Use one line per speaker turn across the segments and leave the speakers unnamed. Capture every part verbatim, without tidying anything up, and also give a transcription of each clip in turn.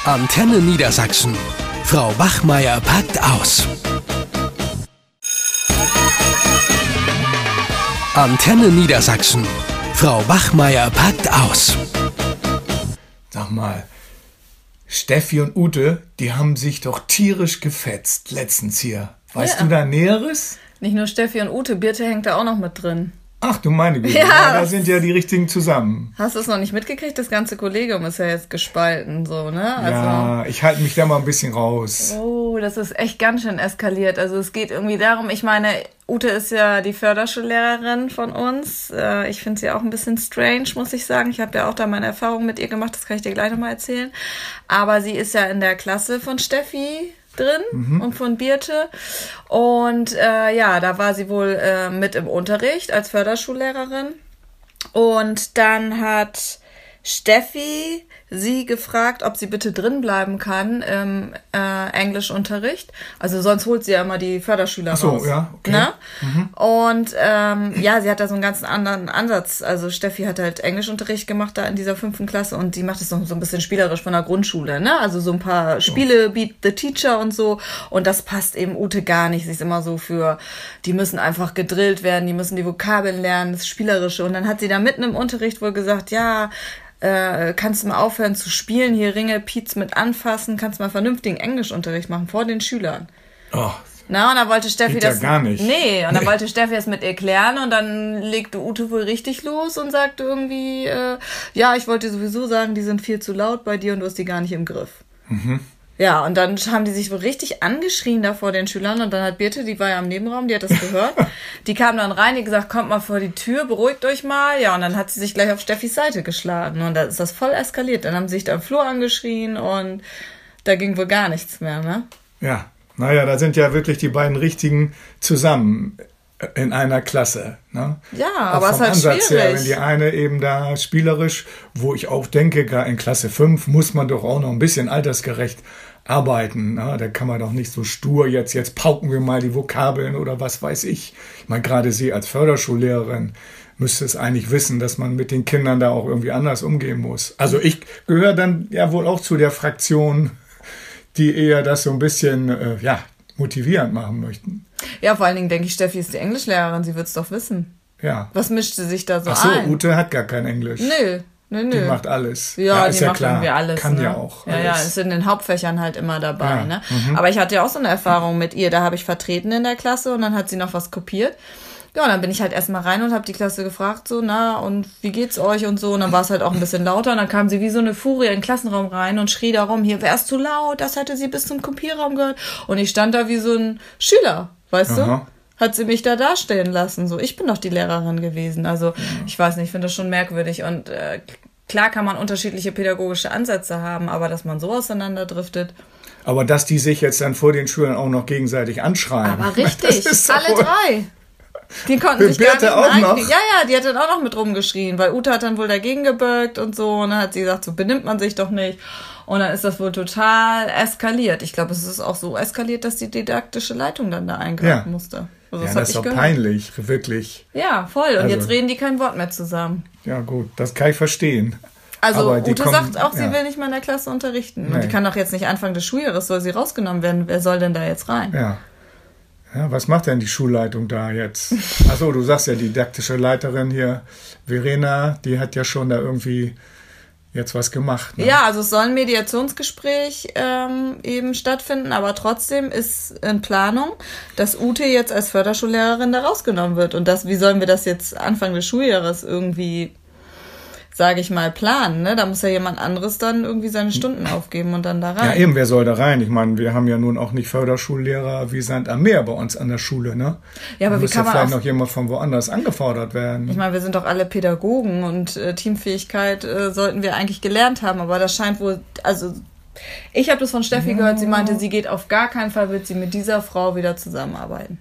Antenne Niedersachsen. Frau Wachmeier packt aus. Antenne Niedersachsen. Frau Wachmeier packt aus.
Sag mal, Steffi und Ute, die haben sich doch tierisch gefetzt letztens hier. Weißt
Ja.
du da Näheres?
Nicht nur Steffi und Ute, Birte hängt da auch noch mit drin.
Ach du meine Güte,
Ja.
ja, da sind ja die richtigen zusammen.
Hast du es noch nicht mitgekriegt? Das ganze Kollegium ist ja jetzt gespalten, so, ne? Also,
Ja, ich halte mich da mal ein bisschen raus.
oh, das ist echt ganz schön eskaliert. Also es geht irgendwie darum, ich meine, Ute ist ja die Förderschullehrerin von uns. Äh, Ich finde sie auch ein bisschen strange, muss ich sagen. Ich habe ja auch da meine Erfahrungen mit ihr gemacht, das kann ich dir gleich nochmal erzählen. Aber sie ist ja in der Klasse von Steffi drin
Mhm.
und von Birte. Und äh, ja, da war sie wohl äh, mit im Unterricht als Förderschullehrerin. Und dann hat Steffi sie gefragt, ob sie bitte drin bleiben kann im äh, Englischunterricht. Also sonst holt sie ja immer die Förderschüler
Ach so,
raus.
ja, okay.
Ne? Und ähm, ja, sie hat da so einen ganz anderen Ansatz. Also Steffi hat halt Englischunterricht gemacht da in dieser fünften Klasse und die macht es noch so ein bisschen spielerisch von der Grundschule. Ne? Also so ein paar Spiele, Beat the Teacher und so. Und das passt eben Ute gar nicht. Sie ist immer so für, die müssen einfach gedrillt werden, die müssen die Vokabeln lernen, das Spielerische. Und dann hat sie da mitten im Unterricht wohl gesagt, ja, Äh, kannst du mal aufhören zu spielen, hier Ringe, Piez mit anfassen, kannst du mal vernünftigen Englischunterricht machen vor den Schülern.
Oh,
Na, und dann wollte Steffi
Geht ja
das...
gar nicht.
Nee, und dann
Nee.
wollte Steffi es mit ihr klären und dann legte Ute wohl richtig los und sagte irgendwie, äh, ja, ich wollte dir sowieso sagen, die sind viel zu laut bei dir und du hast die gar nicht im Griff. Ja, und dann haben die sich wohl richtig angeschrien da vor den Schülern und dann hat Birte, die war ja im Nebenraum, die hat das gehört, die kam dann rein, die gesagt, kommt mal vor die Tür, beruhigt euch mal. Ja, und dann hat sie sich gleich auf Steffis Seite geschlagen und da ist das voll eskaliert. Dann haben sie sich da im Flur angeschrien und da ging wohl gar nichts mehr, ne?
ja. Naja, da sind ja wirklich die beiden Richtigen zusammen in einer Klasse. Ne?
Ja,
Auch
aber es
vom
ist halt
Ansatz her,
schwierig.
wenn die eine eben da spielerisch, wo ich auch denke, gerade in Klasse fünf muss man doch auch noch ein bisschen altersgerecht arbeiten. Ne? Da kann man doch nicht so stur jetzt, jetzt pauken wir mal die Vokabeln oder was weiß ich. Ich meine, gerade Sie als Förderschullehrerin müsste es eigentlich wissen, dass man mit den Kindern da auch irgendwie anders umgehen muss. Also ich gehöre dann ja wohl auch zu der Fraktion, die eher das so ein bisschen, äh, ja, motivierend machen möchten.
Ja, vor allen Dingen denke ich, Steffi ist die Englischlehrerin, sie wird's doch wissen.
Ja.
Was mischt sie sich da so
Ach so,
ein?
Ute hat gar kein Englisch.
Nö, nö, nö.
Die macht alles.
Ja,
ist
die
ja
macht
klar.
irgendwie alles.
Kann
ne?
ja auch.
Ja, ja,
alles.
ist in den Hauptfächern halt immer dabei.
Ja,
Ne?
mhm.
Aber ich hatte ja auch so eine Erfahrung mit ihr. Da habe ich vertreten in der Klasse und dann hat sie noch was kopiert. Ja, und dann bin ich halt erstmal rein und habe die Klasse gefragt, so, na, und wie geht's euch und so. Und dann war es halt auch ein bisschen lauter. Und dann kam sie wie so eine Furie in den Klassenraum rein und schrie darum, hier wär's zu laut, das hätte sie bis zum Kopierraum gehört. Und ich stand da wie so ein Schüler, weißt
Aha.
du? Hat sie mich da dastehen lassen. So, ich bin doch die Lehrerin gewesen. Also, ich weiß nicht, ich finde das schon merkwürdig. Und äh, klar kann man unterschiedliche pädagogische Ansätze haben, aber dass man so auseinanderdriftet.
Aber dass die sich jetzt dann vor den Schülern auch noch gegenseitig anschreien.
Aber
das
richtig,
ist doch
alle
wohl-
drei. Die konnten
Für
sich gar
Birte
nicht
auch
mehr
noch?
einkriegen. Ja, ja, die hat dann auch noch mit rumgeschrien, weil Ute hat dann wohl dagegen gebürgt und so. Und dann hat sie gesagt, so benimmt man sich doch nicht. Und dann ist das wohl total eskaliert. Ich glaube, es ist auch so eskaliert, dass die didaktische Leitung dann da eingreifen
Ja.
musste. Also,
Ja,
hab
das ist
ich
doch
gehört.
peinlich, wirklich.
Ja, voll. Und
Also-
jetzt reden die kein Wort mehr zusammen.
Ja gut, das kann ich verstehen.
Also
Aber die
Ute
kommen-
sagt auch, sie
ja.
will nicht mehr in der Klasse unterrichten.
Nee.
Und die kann doch jetzt nicht Anfang des Schuljahres, soll sie rausgenommen werden. Wer soll denn da jetzt rein?
Ja. Ja, was macht denn die Schulleitung da jetzt? Achso, du sagst ja, die didaktische Leiterin hier, Verena, die hat ja schon da irgendwie jetzt was gemacht. Ne?
Ja, also es soll ein Mediationsgespräch ähm, eben stattfinden, aber trotzdem ist in Planung, dass Ute jetzt als Förderschullehrerin da rausgenommen wird. Und das, wie sollen wir das jetzt Anfang des Schuljahres irgendwie, sage ich mal, planen? Ne? Da muss ja jemand anderes dann irgendwie seine Stunden aufgeben und dann da rein.
Ja, eben, wer soll da rein? Ich meine, wir haben ja nun auch nicht Förderschullehrer wie Sand am Meer bei uns an der Schule, ne?
Ja, aber
da
wie
muss
kann
ja
man
vielleicht
auch-
noch jemand von woanders angefordert werden.
Ich meine, wir sind doch alle Pädagogen und äh, Teamfähigkeit äh, sollten wir eigentlich gelernt haben, aber das scheint wohl, also ich habe das von Steffi gehört, sie meinte, sie geht auf gar keinen Fall, wird sie mit dieser Frau wieder zusammenarbeiten.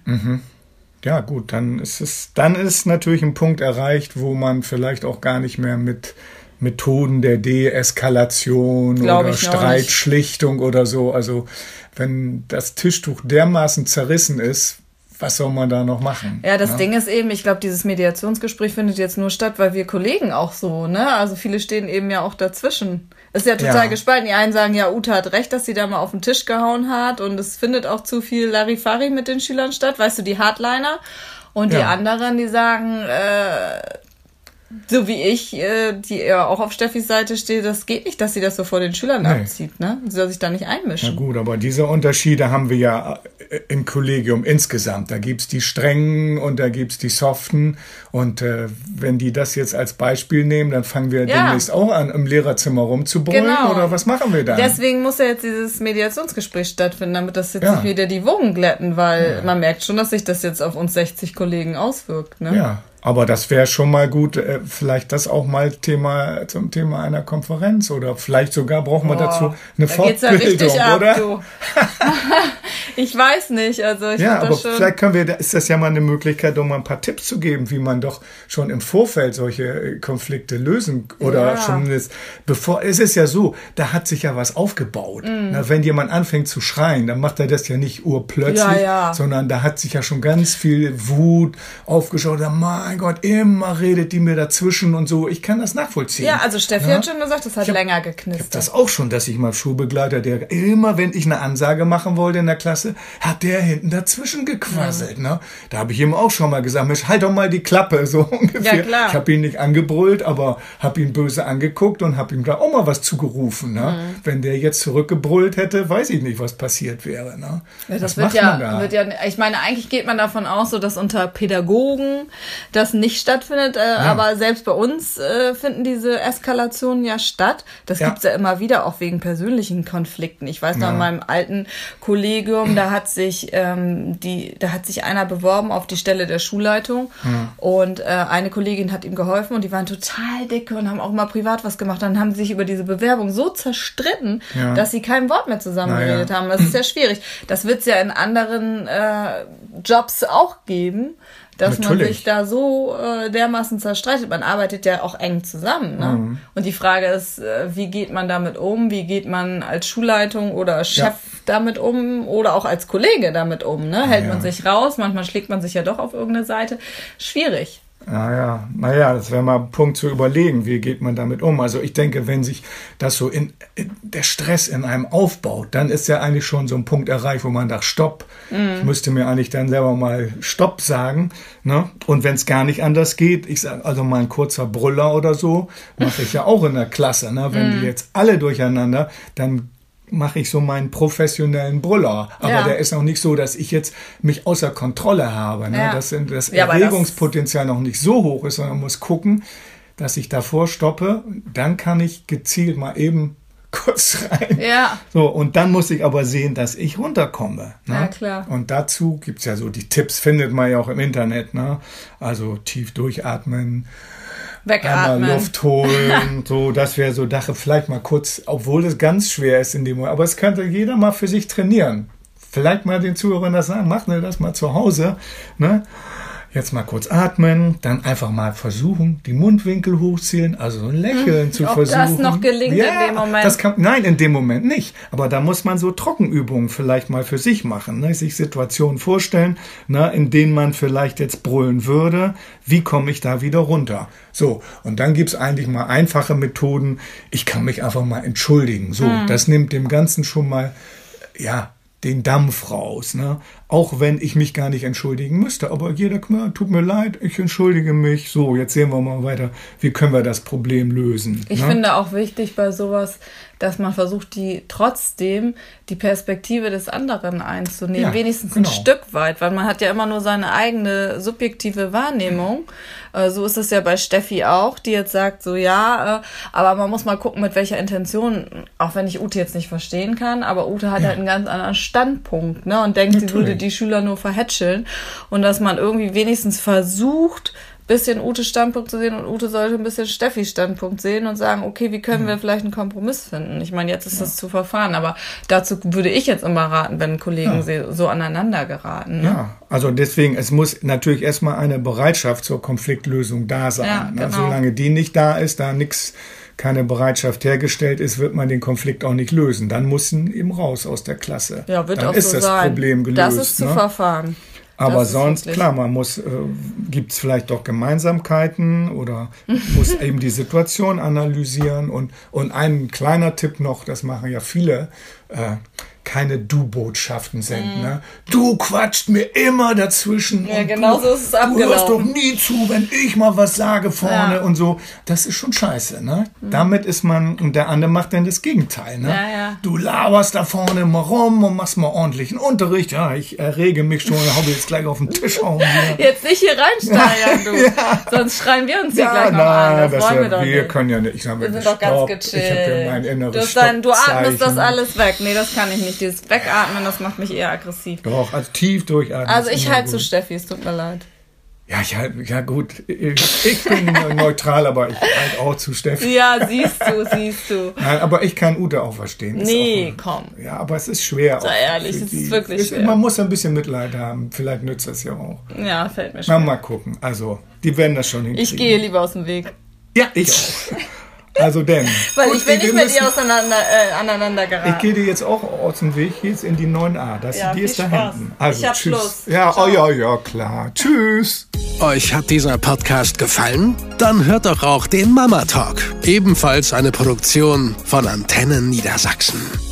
Ja, gut, dann ist es, dann ist natürlich ein Punkt erreicht, wo man vielleicht auch gar nicht mehr mit Methoden der Deeskalation
Glaub
oder
ich noch nicht.
Streitschlichtung oder so, also wenn das Tischtuch dermaßen zerrissen ist, was soll man da noch machen?
Ja, das
ja?
Ding ist eben, ich glaube, dieses Mediationsgespräch findet jetzt nur statt, weil wir Kollegen auch so, ne? Also viele stehen eben ja auch dazwischen. Ist ja total
Ja.
gespalten. Die einen sagen, ja, Ute hat recht, dass sie da mal auf den Tisch gehauen hat und es findet auch zu viel Larifari mit den Schülern statt, weißt du, die Hardliner. Und die
Ja.
anderen, die sagen, äh, so wie ich, äh, die ja auch auf Steffis Seite steht, das geht nicht, dass sie das so vor den Schülern
Nee.
abzieht, ne? Sie soll sich da nicht
Na
einmischen.
gut, aber diese Unterschiede haben wir ja im Kollegium insgesamt. Da gibt's die strengen und da gibt's die soften. Und äh, wenn die das jetzt als Beispiel nehmen, dann fangen wir
Ja.
demnächst auch an, im Lehrerzimmer rumzubrüllen.
Genau.
Oder was machen wir dann?
Deswegen muss ja jetzt dieses Mediationsgespräch stattfinden, damit das jetzt
Ja.
nicht wieder die Wogen glätten, weil man merkt schon, dass sich das jetzt auf uns sechzig Kollegen auswirkt, ne?
Ja, aber das wäre schon mal gut, äh, vielleicht das auch mal Thema zum Thema einer Konferenz oder vielleicht sogar brauchen wir
Boah,
dazu eine
da geht's ja
Fortbildung,
richtig ab,
oder?
du. Ich weiß nicht, also ich
Ja,
find
aber
das schon.
vielleicht können wir, da ist das ja mal eine Möglichkeit, um mal ein paar Tipps zu geben, wie man doch schon im Vorfeld solche äh, Konflikte lösen oder
Ja.
zumindest bevor, es ist ja so, da hat sich ja was aufgebaut.
Mm.
Na, wenn jemand anfängt zu schreien, dann macht er das ja nicht urplötzlich,
Ja, ja.
sondern da hat sich ja schon ganz viel Wut aufgeschaut. Mein Gott, immer redet die mir dazwischen und so. Ich kann das nachvollziehen.
Ja, also Steffi
Ja?
hat schon gesagt, das hat
hab-
länger
Ich habe
geknistert.
das auch schon, dass ich mal Schulbegleiter, der immer, wenn ich eine Ansage machen wollte in der Klasse, hat der hinten dazwischen gequasselt. Ne? Da habe ich ihm auch schon mal gesagt, Mensch, halt doch mal die Klappe, so ungefähr.
Ja, klar.
Ich habe ihn nicht angebrüllt, aber habe ihn böse angeguckt und habe ihm da auch mal was zugerufen. Ne?
Mhm.
Wenn der jetzt zurückgebrüllt hätte, weiß ich nicht, was passiert wäre. Ne?
Ja, das
was
wird
macht man
ja,
da?
wird ja, ich meine, eigentlich geht man davon aus, so dass unter Pädagogen das nicht stattfindet, äh, aber selbst bei uns äh, finden diese Eskalationen ja statt. Das
Ja.
gibt's ja immer wieder, auch wegen persönlichen Konflikten. Ich weiß noch,
Ja.
in meinem alten Kollegium, da hat sich ähm, die, da hat sich einer beworben auf die Stelle der Schulleitung und äh, eine Kollegin hat ihm geholfen und die waren total dicke und haben auch mal privat was gemacht. Dann haben sie sich über diese Bewerbung so zerstritten,
Ja.
dass sie kein Wort mehr zusammen
Naja.
geredet haben. Das ist ja schwierig. Das wird es ja in anderen äh, Jobs auch geben, dass man
Natürlich.
sich da so äh, dermaßen zerstreitet. Man arbeitet ja auch eng zusammen. Ne?
Mhm.
Und die Frage ist, äh, wie geht man damit um? Wie geht man als Schulleitung oder Chef
Ja.
damit um oder auch als Kollege damit um? Ne? Hält
Ja.
man sich raus? Manchmal schlägt man sich ja doch auf irgendeine Seite. Schwierig.
Naja, naja, das wäre mal ein Punkt zu überlegen, wie geht man damit um. Also ich denke, wenn sich das so in, in der Stress in einem aufbaut, dann ist ja eigentlich schon so ein Punkt erreicht, wo man sagt, Stopp. Ich müsste mir eigentlich dann selber mal Stopp sagen. Ne? Und wenn es gar nicht anders geht, ich sage also mal ein kurzer Brüller oder so, mache ich ja auch in der Klasse. Ne? Wenn die jetzt alle durcheinander, dann mache ich so meinen professionellen Brüller. Aber
Ja.
der ist noch nicht so, dass ich jetzt mich außer Kontrolle habe. Ne?
Ja.
Das, sind, das
Ja, aber das-
Erregungspotenzial noch nicht so hoch ist, sondern muss gucken, dass ich davor stoppe. Dann kann ich gezielt mal eben kurz rein.
Ja.
So, und dann muss ich aber sehen, dass ich runterkomme. Ne?
Ja, klar.
Und dazu gibt's ja so, die Tipps findet man ja auch im Internet. Ne? Also tief durchatmen,
Wegatmen.
einmal Luft holen, so, das wäre so Sache. Vielleicht mal kurz, obwohl es ganz schwer ist in dem Moment, aber es könnte jeder mal für sich trainieren. Vielleicht mal den Zuhörern das sagen, mach dir das mal zu Hause, ne? Jetzt mal kurz atmen, dann einfach mal versuchen, die Mundwinkel hochziehen, also so ein Lächeln zu
ob
versuchen.
das noch gelingt in dem Moment.
Das kann, nein, in dem Moment nicht. Aber da muss man so Trockenübungen vielleicht mal für sich machen, ne? Sich Situationen vorstellen, ne? In denen man vielleicht jetzt brüllen würde. Wie komme ich da wieder runter? So, und dann gibt's eigentlich mal einfache Methoden. Ich kann mich einfach mal entschuldigen. So,
Mhm.
das nimmt dem Ganzen schon mal, ja, den Dampf raus, ne? Auch wenn ich mich gar nicht entschuldigen müsste. Aber jeder, tut mir leid, ich entschuldige mich. So, jetzt sehen wir mal weiter, wie können wir das Problem lösen.
Ich
ne?
finde auch wichtig bei sowas, dass man versucht, die trotzdem die Perspektive des anderen einzunehmen,
Ja,
wenigstens
genau.
ein Stück weit, weil man hat ja immer nur seine eigene subjektive Wahrnehmung. Äh, so ist es ja bei Steffi auch, die jetzt sagt, so ja, äh, aber man muss mal gucken, mit welcher Intention, auch wenn ich Ute jetzt nicht verstehen kann, aber Ute hat
Ja.
halt einen ganz anderen Standpunkt, ne, und denkt, sie
Natürlich.
würde die Schüler nur verhätscheln und dass man irgendwie wenigstens versucht, bisschen Utes Standpunkt zu sehen und Ute sollte ein bisschen Steffis Standpunkt sehen und sagen, okay, wie können wir vielleicht einen Kompromiss finden? Ich meine, jetzt ist das zu verfahren, aber dazu würde ich jetzt immer raten, wenn Kollegen
Ja.
so aneinander geraten. Ne?
Ja, also deswegen, es muss natürlich erstmal eine Bereitschaft zur Konfliktlösung da sein.
Ja,
ne?
genau.
Solange die nicht da ist, da nichts, keine Bereitschaft hergestellt ist, wird man den Konflikt auch nicht lösen. Dann muss ihn eben raus aus der Klasse.
Ja, wird
Dann
auch
ist
so
das
sein.
Problem gelöst.
Das ist zu
ne?
verfahren.
Aber
Das ist
sonst,
wirklich-
klar, man muss, äh, gibt es vielleicht doch Gemeinsamkeiten oder muss eben die Situation analysieren. Und, und ein kleiner Tipp noch, das machen ja viele, äh, keine Du-Botschaften senden.
Mhm.
Ne? Du quatscht mir immer dazwischen.
Ja,
und
genau
du,
so ist es
Du hörst
abgelaufen.
doch nie zu, wenn ich mal was sage vorne
Ja.
und so. Das ist schon scheiße. Ne? Damit ist man, und der andere macht dann das Gegenteil. Ne?
Ja, ja.
Du laberst da vorne mal rum und machst mal ordentlichen Unterricht. Ja, ich errege mich schon, hau jetzt gleich auf den Tisch hauen. Hier.
Jetzt nicht hier reinsteigern, du. Sonst schreien wir uns hier gleich noch an. Das wollen wir
wär-
doch
wir
nicht.
können ja nicht. Ich sag mal,
Wir sind doch ganz
Stopp.
gechillt.
Ich habe ja mein inneres
du, hast dein, du atmest das
Stoppzeichen.
alles weg. Nee, das kann ich nicht. Dieses Wegatmen, das macht mich eher aggressiv.
Doch, also tief durchatmen.
Also
ist
ich
immer
halte zu
gut.
Steffi, es tut mir leid.
Ja, ich halt, ja gut. Ich, ich bin neutral, aber ich halte auch zu Steffi.
Ja, siehst du, siehst du.
Nein, aber ich kann Ute auch verstehen. Ist
Nee,
auch,
komm.
Ja, aber es ist schwer.
Sei
auch
ehrlich,
für
es
die-
ist wirklich schwer.
Man muss ein bisschen Mitleid haben. Vielleicht nützt das ja auch.
Ja, fällt mir
Na,
schon.
mal gucken. Also, die werden das schon hinkriegen.
Ich gehe lieber aus dem Weg.
Ja, ich auch. Also denn.
Weil
Und
ich will
wir
nicht mit
müssen-
ihr auseinander, äh, aneinander
Ich
geraten.
gehe dir jetzt auch aus dem Weg, jetzt in die neun a. Das,
Ja,
die
viel
ist da
Spaß.
hinten. Also,
Ich hab
tschüss.
Schluss.
Ja,
Ciao.
oh ja, ja, klar. Tschüss.
Euch hat dieser Podcast gefallen? Dann hört doch auch den Mama Talk, ebenfalls eine Produktion von Antennen Niedersachsen.